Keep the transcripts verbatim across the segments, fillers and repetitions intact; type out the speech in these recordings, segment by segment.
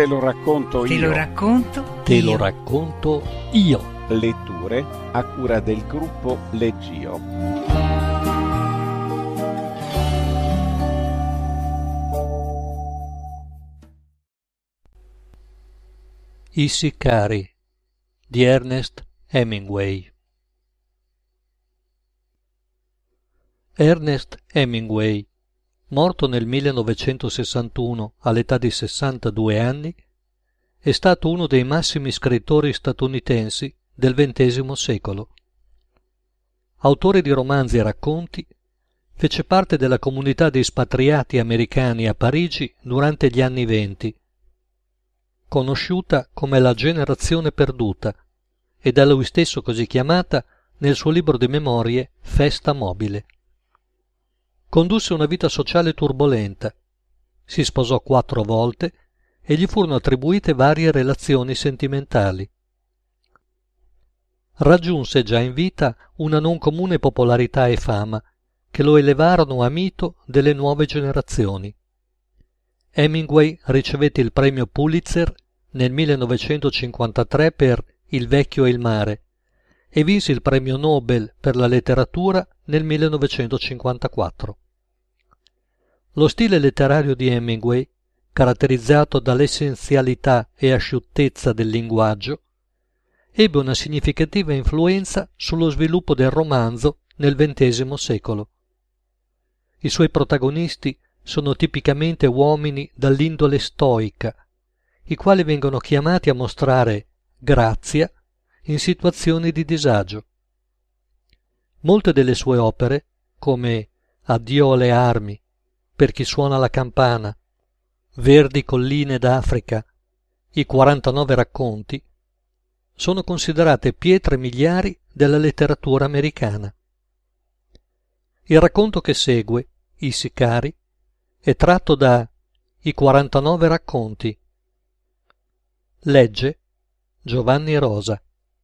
Te lo racconto Te io. lo racconto Te io. lo racconto io. Letture a cura del gruppo Leggio. I sicari di Ernest Hemingway. Ernest Hemingway, morto nel millenovecentosessantuno all'età di sessantadue anni, è stato uno dei massimi scrittori statunitensi del ventesimo secolo. Autore di romanzi e racconti, fece parte della comunità di espatriati americani a Parigi durante gli anni venti, conosciuta come la generazione perduta e da lui stesso così chiamata nel suo libro di memorie Festa mobile. Condusse una vita sociale turbolenta, si sposò quattro volte e gli furono attribuite varie relazioni sentimentali. Raggiunse già in vita una non comune popolarità e fama che lo elevarono a mito delle nuove generazioni. Hemingway ricevette il premio Pulitzer nel millenovecentocinquantatré per Il vecchio e il mare e vinse il premio Nobel per la letteratura nel millenovecentocinquantaquattro. Lo stile letterario di Hemingway, caratterizzato dall'essenzialità e asciuttezza del linguaggio, ebbe una significativa influenza sullo sviluppo del romanzo nel ventesimo secolo. I suoi protagonisti sono tipicamente uomini dall'indole stoica, i quali vengono chiamati a mostrare grazia in situazioni di disagio. Molte delle sue opere, come Addio alle armi, Per chi suona la campana, Verdi colline d'Africa, i quarantanove racconti, sono considerate pietre miliari della letteratura americana. Il racconto che segue, I sicari, è tratto da I quarantanove racconti. Legge Giovanni Rosa.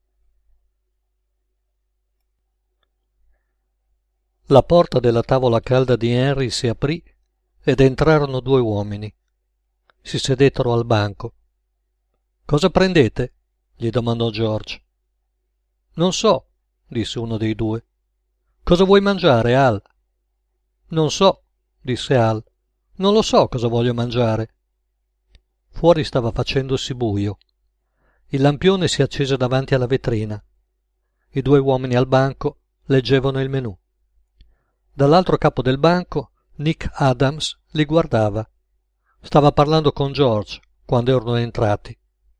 La porta della tavola calda di Henry si aprì ed entrarono due uomini. Si sedettero al banco. «Cosa prendete?» gli domandò George. «Non so», disse uno dei due. «Cosa vuoi mangiare, Al?» «Non so», disse Al. «Non lo so cosa voglio mangiare». Fuori stava facendosi buio. Il lampione si accese davanti alla vetrina. I due uomini al banco leggevano il menù. Dall'altro capo del banco Nick Adams li guardava. Stava parlando con George quando erano entrati.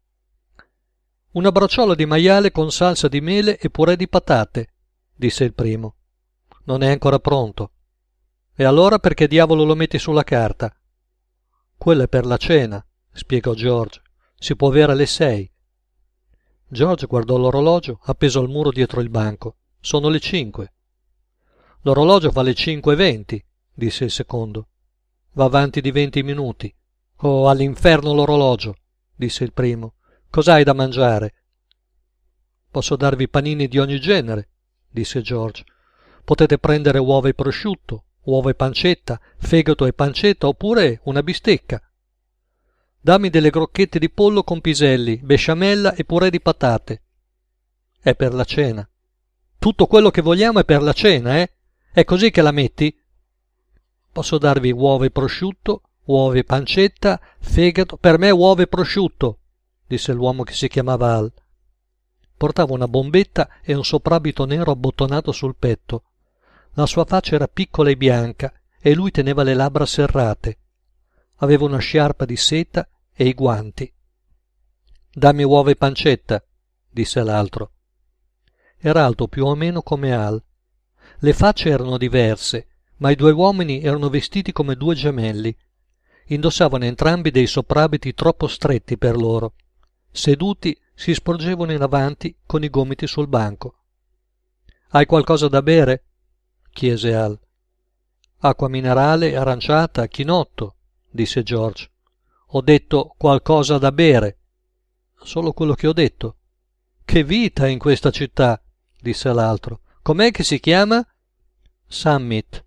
«Una bracciola di maiale con salsa di mele e purè di patate», disse il primo. «Non è ancora pronto». «E allora perché diavolo lo metti sulla carta?» «Quella è per la cena», spiegò George. «Si può avere alle sei». George guardò l'orologio appeso al muro dietro il banco. «Sono le cinque». «L'orologio fa le cinque e venti», disse il secondo. «Va avanti di venti minuti». «Oh, all'inferno l'orologio», disse il primo. «Cos'hai da mangiare?» «Posso darvi panini di ogni genere», disse George. «Potete prendere uova e prosciutto, uova e pancetta, fegato e pancetta oppure una bistecca. Dammi delle crocchette di pollo con piselli, besciamella e purè di patate». «È per la cena». «Tutto quello che vogliamo è per la cena, eh? È così che la metti?» «Posso darvi uova e prosciutto, uova e pancetta, fegato...» «Per me uova e prosciutto», disse l'uomo che si chiamava Al. Portava una bombetta e un soprabito nero abbottonato sul petto. La sua faccia era piccola e bianca e lui teneva le labbra serrate. Aveva una sciarpa di seta e i guanti. «Dammi uova e pancetta», disse l'altro. Era alto più o meno come Al. Le facce erano diverse, ma i due uomini erano vestiti come due gemelli. Indossavano entrambi dei soprabiti troppo stretti per loro. Seduti si sporgevano in avanti con i gomiti sul banco. «Hai qualcosa da bere?» chiese Al. «Acqua minerale, aranciata, chinotto», disse George. «Ho detto qualcosa da bere». «Solo quello che ho detto». «Che vita in questa città», disse l'altro. «Com'è che si chiama?» «Summit».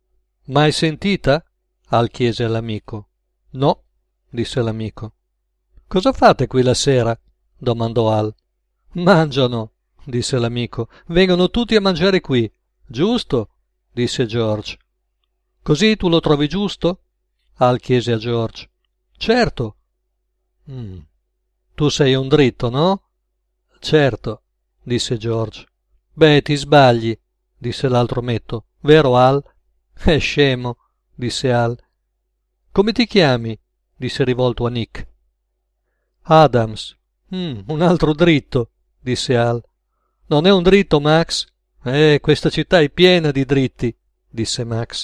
«Mai sentita?» Al chiese all'amico. «No», disse l'amico. Cosa fate qui la sera? Domandò Al. Mangiano, disse l'amico. Vengono tutti a mangiare qui, giusto? Disse George. Così tu lo trovi giusto? Al chiese a George. Certo. Mm. Tu sei un dritto, no? Certo, disse George. Beh, ti sbagli, disse l'altro metto. Vero, Al? È scemo, disse Al. Come ti chiami? Disse rivolto a Nick. Adams. Mm, un altro dritto, disse Al. Non è un dritto, Max? Eh, questa città è piena di dritti, disse Max.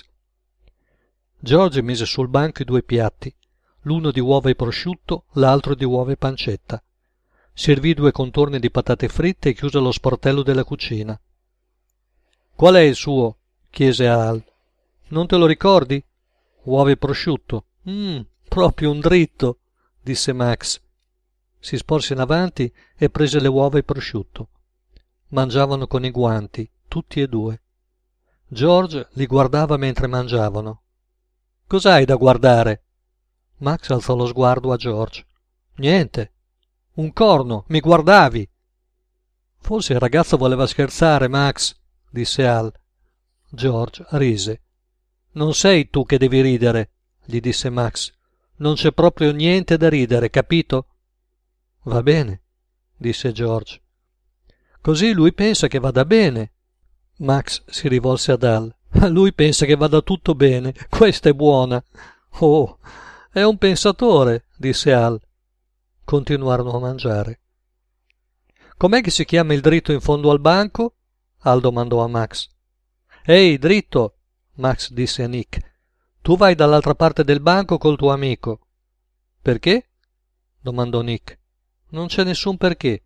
George mise sul banco i due piatti, l'uno di uova e prosciutto, l'altro di uova e pancetta. Servì due contorni di patate fritte e chiuse lo sportello della cucina. Qual è il suo? Chiese Al. Non te lo ricordi? Uova e prosciutto. Mmm, proprio un dritto, disse Max. Si sporse in avanti e prese le uova e prosciutto. Mangiavano con i guanti, tutti e due. George li guardava mentre mangiavano. Cos'hai da guardare? Max alzò lo sguardo a George. Niente. Un corno, mi guardavi. Forse il ragazzo voleva scherzare, Max, disse Al. George rise. Non sei tu che devi ridere, gli disse Max. Non c'è proprio niente da ridere, capito? Va bene, disse George. Così lui pensa che vada bene. Max si rivolse ad Al. Lui pensa che vada tutto bene. Questa è buona. Oh, è un pensatore, disse Al. Continuarono a mangiare. Com'è che si chiama il dritto in fondo al banco? Al domandò a Max. Ehi, dritto, Max disse a Nick. Tu vai dall'altra parte del banco col tuo amico. Perché? Domandò Nick. Non c'è nessun perché.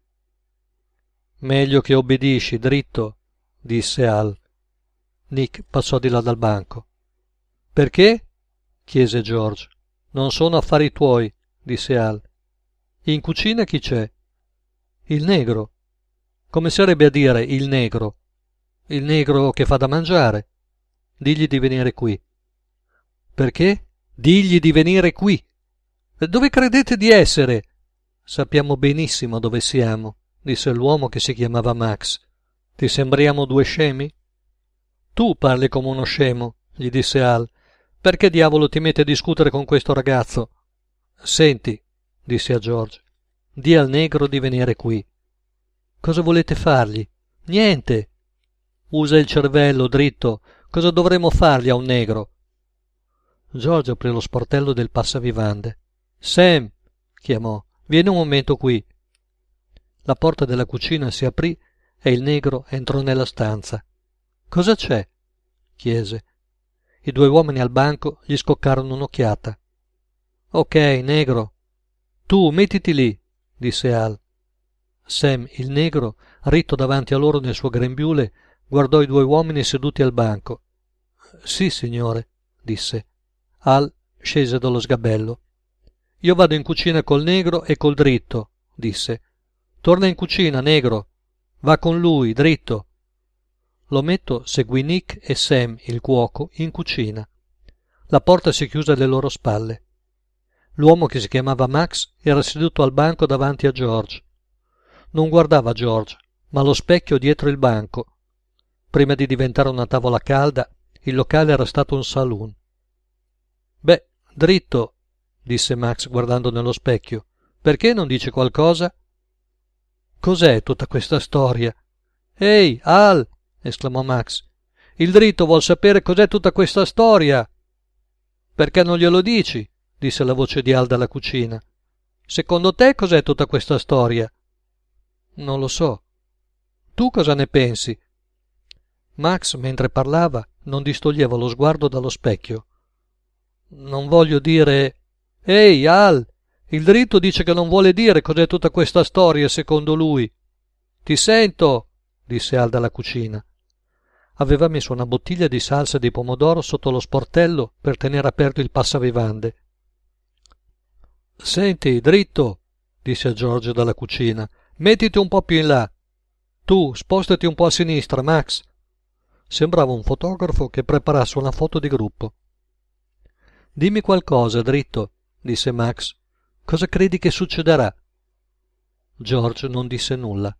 Meglio che obbedisci, dritto, disse Al. Nick passò di là dal banco. Perché? Chiese George. Non sono affari tuoi, disse Al. In cucina chi c'è? Il negro. Come sarebbe a dire il negro? Il negro che fa da mangiare. Digli di venire qui. Perché? Digli di venire qui. Dove credete di essere? Sappiamo benissimo dove siamo, disse l'uomo che si chiamava Max. Ti sembriamo due scemi? Tu parli come uno scemo, gli disse Al. Perché diavolo ti metti a discutere con questo ragazzo? Senti, disse a George, di al negro di venire qui. Cosa volete fargli? Niente. Usa il cervello, dritto. Cosa dovremmo fargli a un negro? George aprì lo sportello del passavivande. Sam, chiamò, vieni un momento qui. La porta della cucina si aprì e il negro entrò nella stanza. Cosa c'è? Chiese. I due uomini al banco gli scoccarono un'occhiata. Ok, negro. Tu mettiti lì, disse Al. Sam, il negro, ritto davanti a loro nel suo grembiule, guardò i due uomini seduti al banco. Sì, signore, disse. Al scese dallo sgabello. Io vado in cucina col negro e col dritto, disse. Torna in cucina, negro. Va con lui, dritto. L'ometto seguì Nick e Sam, il cuoco, in cucina. La porta si chiuse alle loro spalle. L'uomo che si chiamava Max era seduto al banco davanti a George. Non guardava George, ma lo specchio dietro il banco. Prima di diventare una tavola calda, il locale era stato un saloon. Beh, dritto, disse Max guardando nello specchio. Perché non dice qualcosa? Cos'è tutta questa storia? Ehi, Al! Esclamò Max. Il dritto vuol sapere cos'è tutta questa storia. Perché non glielo dici? Disse la voce di Al dalla cucina. Secondo te cos'è tutta questa storia? Non lo so. Tu cosa ne pensi? Max, mentre parlava, non distoglieva lo sguardo dallo specchio. Non voglio dire... Ehi, Al! Il dritto dice che non vuole dire cos'è tutta questa storia, secondo lui. Ti sento, disse Al dalla cucina. Aveva messo una bottiglia di salsa di pomodoro sotto lo sportello per tenere aperto il passavivande. Senti, dritto, disse a George dalla cucina, mettiti un po' più in là. Tu, spostati un po' a sinistra, Max. Sembrava un fotografo che preparasse una foto di gruppo. Dimmi qualcosa, dritto, disse Max. Cosa credi che succederà? George non disse nulla.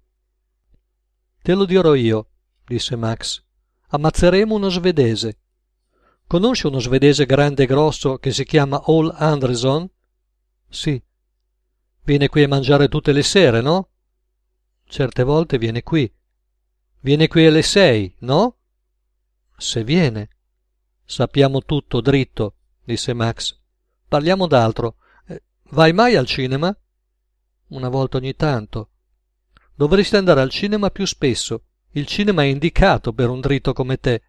Te lo dirò io, disse Max. Ammazzeremo uno svedese. Conosci uno svedese grande e grosso che si chiama Hall Anderson? Sì. Viene qui a mangiare tutte le sere, no? Certe volte viene qui. Viene qui alle sei, no? Se viene. Sappiamo tutto, dritto, disse Max. Parliamo d'altro. Eh, vai mai al cinema? Una volta ogni tanto. Dovresti andare al cinema più spesso. Il cinema è indicato per un dritto come te.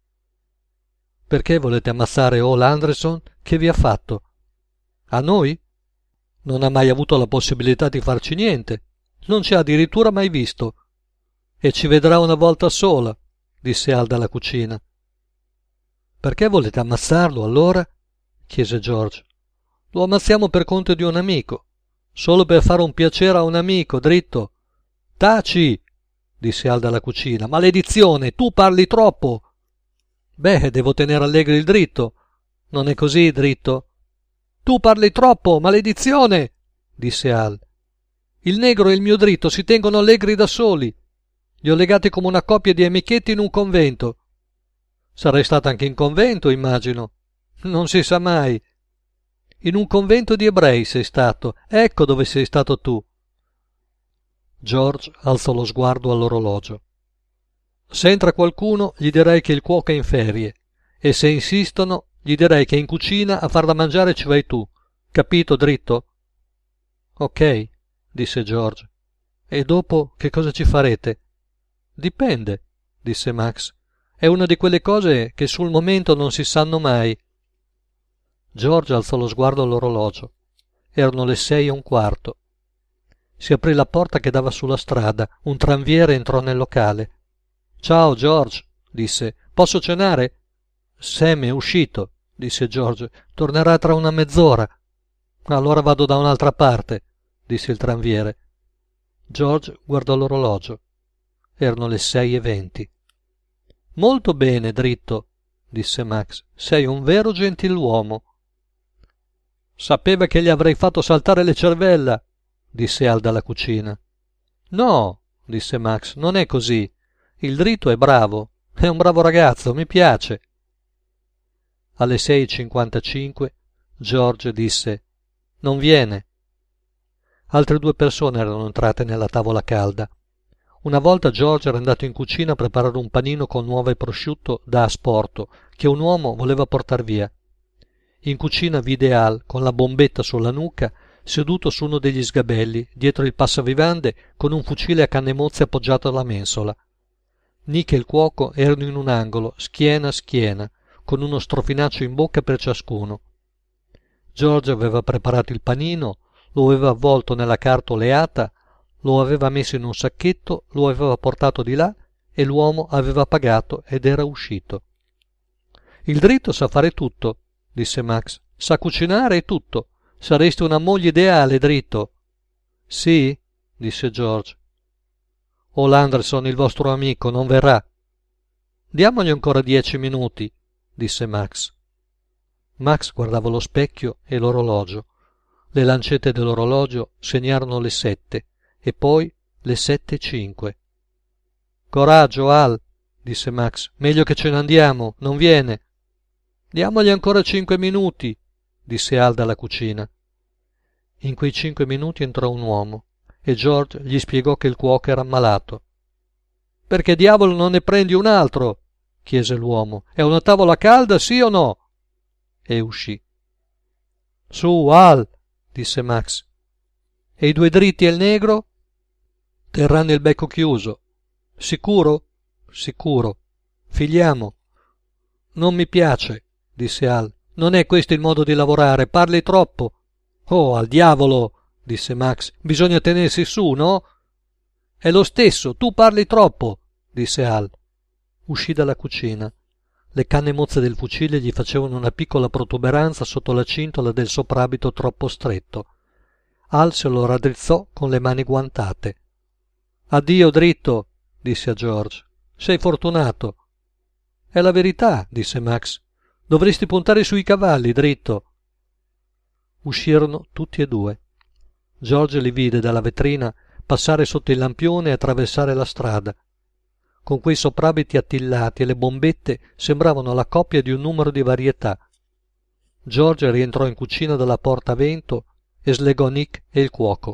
Perché volete ammazzare Hall Anderson? Che vi ha fatto? A noi? Non ha mai avuto la possibilità di farci niente. Non ci ha addirittura mai visto. E ci vedrà una volta sola, disse Al dalla cucina. Perché volete ammazzarlo, allora? Chiese George. Lo ammazziamo per conto di un amico. Solo per fare un piacere a un amico, dritto. Taci, disse Al dalla cucina. Maledizione, tu parli troppo. Beh, devo tenere allegro il dritto. Non è così, dritto? Tu parli troppo, maledizione, disse Al. Il negro e il mio dritto si tengono allegri da soli. Li ho legati come una coppia di amichetti in un convento. Sarai stato anche in convento, immagino. Non si sa mai. In un convento di ebrei sei stato. Ecco dove sei stato tu. George alzò lo sguardo all'orologio. Se entra qualcuno, gli direi che il cuoco è in ferie, e se insistono, gli direi che in cucina a far da mangiare ci vai tu. Capito, dritto? Ok, disse George. E dopo che cosa ci farete? Dipende, disse Max. È una di quelle cose che sul momento non si sanno mai. George alzò lo sguardo all'orologio. Erano le sei e un quarto. Si aprì la porta che dava sulla strada. Un tranviere entrò nel locale. Ciao, George, disse. Posso cenare? Sam è uscito, disse George. Tornerà tra una mezz'ora. Allora vado da un'altra parte, disse il tranviere. George guardò l'orologio. Erano le sei e venti. Molto bene, dritto, disse Max. Sei un vero gentiluomo. Sapeva che gli avrei fatto saltare le cervella, disse Al dalla cucina. No, disse Max, non è così. Il dritto è bravo. È un bravo ragazzo, mi piace. Alle sei e cinquantacinque George disse: Non viene. Altre due persone erano entrate nella tavola calda. Una volta George era andato in cucina a preparare un panino con uova e prosciutto da asporto che un uomo voleva portar via. In cucina vide Al con la bombetta sulla nuca, seduto su uno degli sgabelli, dietro il passavivande, con un fucile a canne mozze appoggiato alla mensola. Nick e il cuoco erano in un angolo, schiena a schiena, con uno strofinaccio in bocca per ciascuno. George aveva preparato il panino, lo aveva avvolto nella carta oleata, lo aveva messo in un sacchetto, lo aveva portato di là e l'uomo aveva pagato ed era uscito. Il dritto sa fare tutto, disse Max. Sa cucinare e tutto. Saresti una moglie ideale, dritto. Sì, disse George. Hall Anderson, il vostro amico, non verrà. Diamogli ancora dieci minuti, disse Max. Max guardava lo specchio e l'orologio. Le lancette dell'orologio segnarono le sette e poi le sette e cinque. Coraggio, Al, disse Max. Meglio che ce ne andiamo, non viene. Diamogli ancora cinque minuti, disse Al dalla cucina. In quei cinque minuti entrò un uomo e George gli spiegò che il cuoco era ammalato. Perché diavolo non ne prendi un altro? Chiese l'uomo. È una tavola calda, sì o no? E uscì. Su, Al, disse Max. E i due dritti e il negro? Terranno il becco chiuso. Sicuro? Sicuro. Filiamo. Non mi piace, disse Al. Non è questo il modo di lavorare, parli troppo. Oh, al diavolo, disse Max. Bisogna tenersi su, no? È lo stesso, tu parli troppo, disse Al. Uscì dalla cucina. Le canne mozze del fucile gli facevano una piccola protuberanza sotto la cintola del soprabito troppo stretto. Al se lo raddrizzò con le mani guantate. Addio, dritto, disse a George. Sei fortunato. È la verità, disse Max. Dovresti puntare sui cavalli, dritto. Uscirono tutti e due. George li vide dalla vetrina passare sotto il lampione e attraversare la strada. Con quei soprabiti attillati e le bombette sembravano la coppia di un numero di varietà. George rientrò in cucina dalla porta a vento e slegò Nick e il cuoco.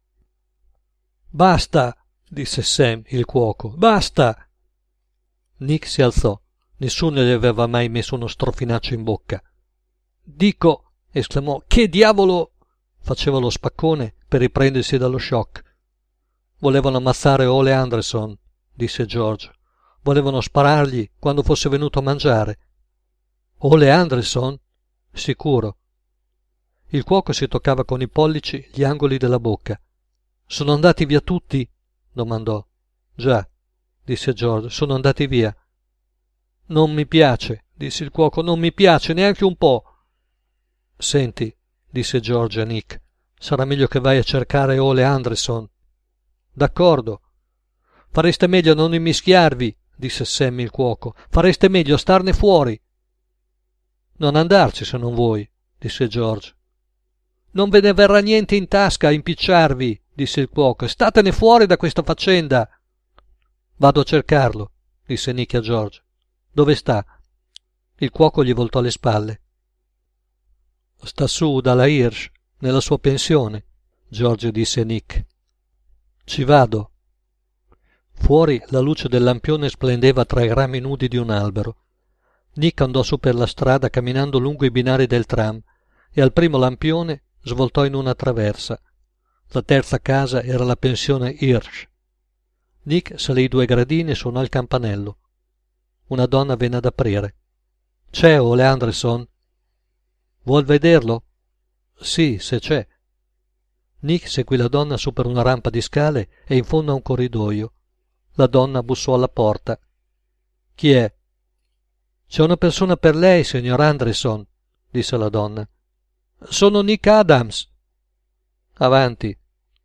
«Basta!» disse Sam, il cuoco. «Basta!» Nick si alzò. Nessuno gli aveva mai messo uno strofinaccio in bocca. «Dico!» esclamò. «Che diavolo!» Faceva lo spaccone per riprendersi dallo shock. «Volevano ammazzare Ole Anderson», disse George. «Volevano sparargli quando fosse venuto a mangiare». «Ole Anderson?» «Sicuro». Il cuoco si toccava con i pollici gli angoli della bocca. «Sono andati via tutti?» domandò. «Già», disse George, «sono andati via». «Non mi piace», disse il cuoco, «non mi piace neanche un po'». «Senti», disse George a Nick, «sarà meglio che vai a cercare Ole Anderson». «D'accordo». «Fareste meglio a non immischiarvi», disse Sam il cuoco, «fareste meglio a starne fuori». «Non andarci se non vuoi», disse George. «Non ve ne verrà niente in tasca a impicciarvi», disse il cuoco, «statene fuori da questa faccenda». «Vado a cercarlo», disse Nick a George. «Dove sta?» Il cuoco gli voltò le spalle. «Sta su dalla Hirsch, nella sua pensione», George disse a Nick. «Ci vado». Fuori la luce del lampione splendeva tra i rami nudi di un albero. Nick andò su per la strada camminando lungo i binari del tram e al primo lampione svoltò in una traversa. La terza casa era la pensione Hirsch. Nick salì i due gradini e suonò il campanello. Una donna venne ad aprire. «C'è Ole Anderson?» «Vuol vederlo?» «Sì, se c'è». Nick seguì la donna su per una rampa di scale e in fondo a un corridoio. La donna bussò alla porta. «Chi è?» «C'è una persona per lei, signor Anderson», disse la donna. «Sono Nick Adams». «Avanti».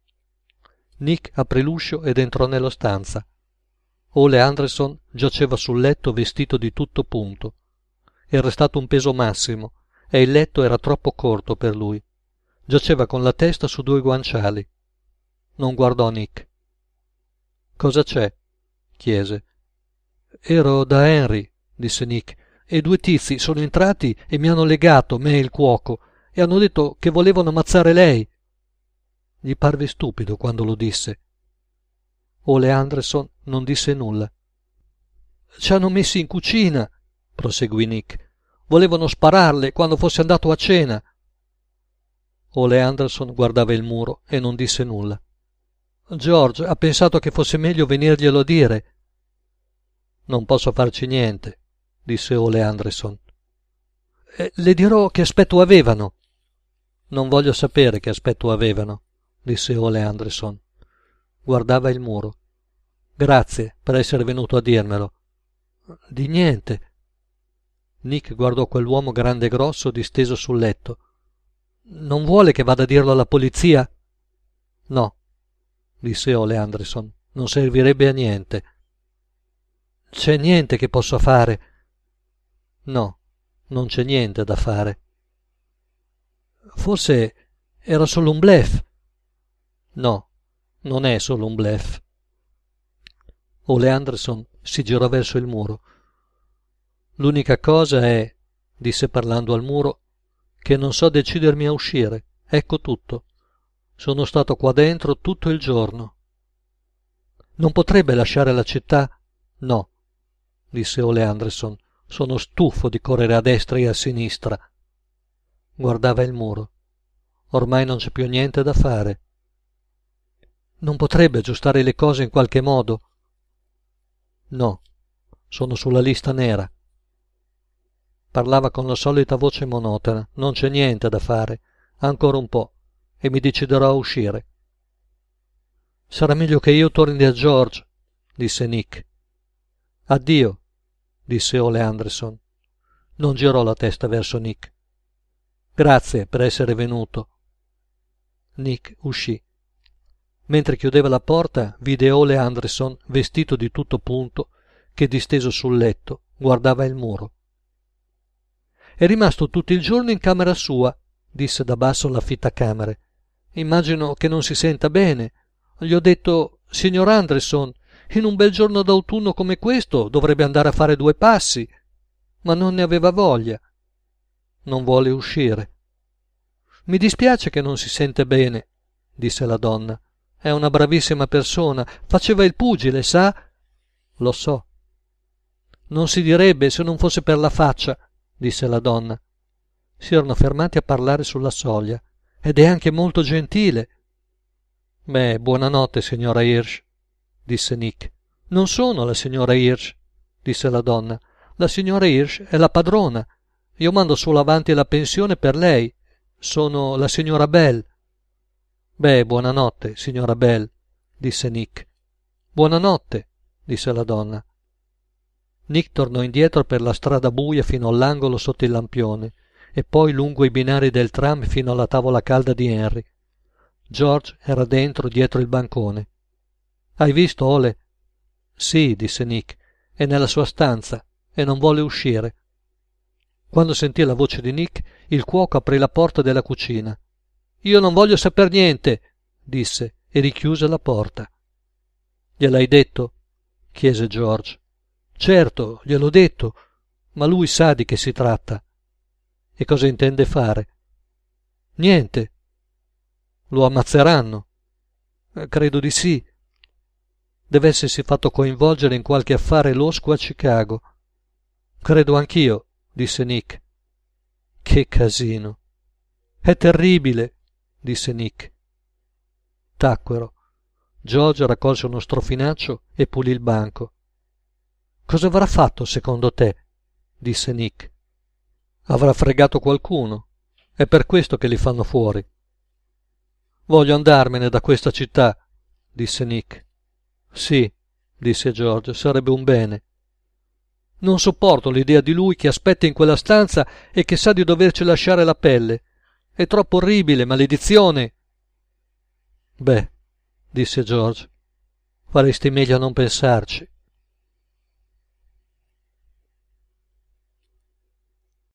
Nick aprì l'uscio ed entrò nella stanza. Ole Anderson giaceva sul letto vestito di tutto punto. Era stato un peso massimo e il letto era troppo corto per lui. Giaceva con la testa su due guanciali. Non guardò Nick. «Cosa c'è?» chiese. «Ero da Henry», disse Nick, «e due tizi sono entrati e mi hanno legato, me e il cuoco, e hanno detto che volevano ammazzare lei». Gli parve stupido quando lo disse. Ole Anderson non disse nulla. «Ci hanno messi in cucina», proseguì Nick. «Volevano spararle quando fosse andato a cena». Ole Anderson guardava il muro e non disse nulla. «George ha pensato che fosse meglio venirglielo a dire». «Non posso farci niente», disse Ole Anderson. E «le dirò che aspetto avevano». «Non voglio sapere che aspetto avevano», disse Ole Anderson. Guardava il muro. «Grazie per essere venuto a dirmelo». «Di niente». Nick guardò quell'uomo grande e grosso disteso sul letto. «Non vuole che vada a dirlo alla polizia?» «No», disse Ole Anderson, «non servirebbe a niente». «C'è niente che posso fare?» «No, non c'è niente da fare». «Forse era solo un bluff?» «No, non è solo un bluff». Ole Anderson si girò verso il muro. «L'unica cosa è», disse parlando al muro, «che non so decidermi a uscire. Ecco tutto. Sono stato qua dentro tutto il giorno». «Non potrebbe lasciare la città?» «No», disse Ole Anderson, «sono stufo di correre a destra e a sinistra». Guardava il muro. Ormai non c'è più niente da fare. «Non potrebbe aggiustare le cose in qualche modo?» «No, sono sulla lista nera». Parlava con la solita voce monotona. «Non c'è niente da fare. Ancora un po' e mi deciderò a uscire». «Sarà meglio che io torni da George», disse Nick. «Addio», disse Ole Anderson. Non girò la testa verso Nick. «Grazie per essere venuto». Nick uscì. Mentre chiudeva la porta vide Ole Anderson vestito di tutto punto che disteso sul letto guardava il muro. «È rimasto tutto il giorno in camera sua», disse da basso l'affittacamere, Immagino che non si senta bene. Gli ho detto: signor Anderson, in un bel giorno d'autunno come questo dovrebbe andare a fare due passi, ma non ne aveva voglia. Non vuole uscire. Mi dispiace che non si sente bene, disse la donna. È una bravissima persona, faceva il pugile, sa? Lo so. Non si direbbe se non fosse per la faccia, disse la donna. Si erano fermati a parlare sulla soglia. Ed è anche molto gentile. Beh, buonanotte, signora Hirsch, disse Nick. Non sono la signora Hirsch, disse la donna. La signora Hirsch è la padrona. Io mando solo avanti la pensione per lei. Sono la signora Bell. Beh, buonanotte, signora Bell, disse Nick. Buonanotte, disse la donna. Nick tornò indietro per la strada buia fino all'angolo sotto il lampione e poi lungo i binari del tram fino alla tavola calda di Henry. George era dentro, dietro il bancone. Hai visto, Ole? Sì, disse Nick, è nella sua stanza e non vuole uscire. Quando sentì la voce di Nick, il cuoco aprì la porta della cucina. Io non voglio saper niente, disse e richiuse la porta. Gliel'hai detto? Chiese George. Certo, gliel'ho detto, ma lui sa di che si tratta. E cosa intende fare? Niente. Lo ammazzeranno? Eh, credo di sì. Deve essersi fatto coinvolgere in qualche affare losco a Chicago. Credo anch'io, disse Nick. Che casino. È terribile, disse Nick. Tacquero. George raccolse uno strofinaccio e pulì il banco. Cosa avrà fatto secondo te? Disse Nick. Avrà fregato qualcuno. È per questo che li fanno fuori. Voglio andarmene da questa città, disse Nick. Sì, disse George, sarebbe un bene. Non sopporto l'idea di lui che aspetta in quella stanza e che sa di doverci lasciare la pelle. È troppo orribile, maledizione. Beh, disse George, faresti meglio a non pensarci.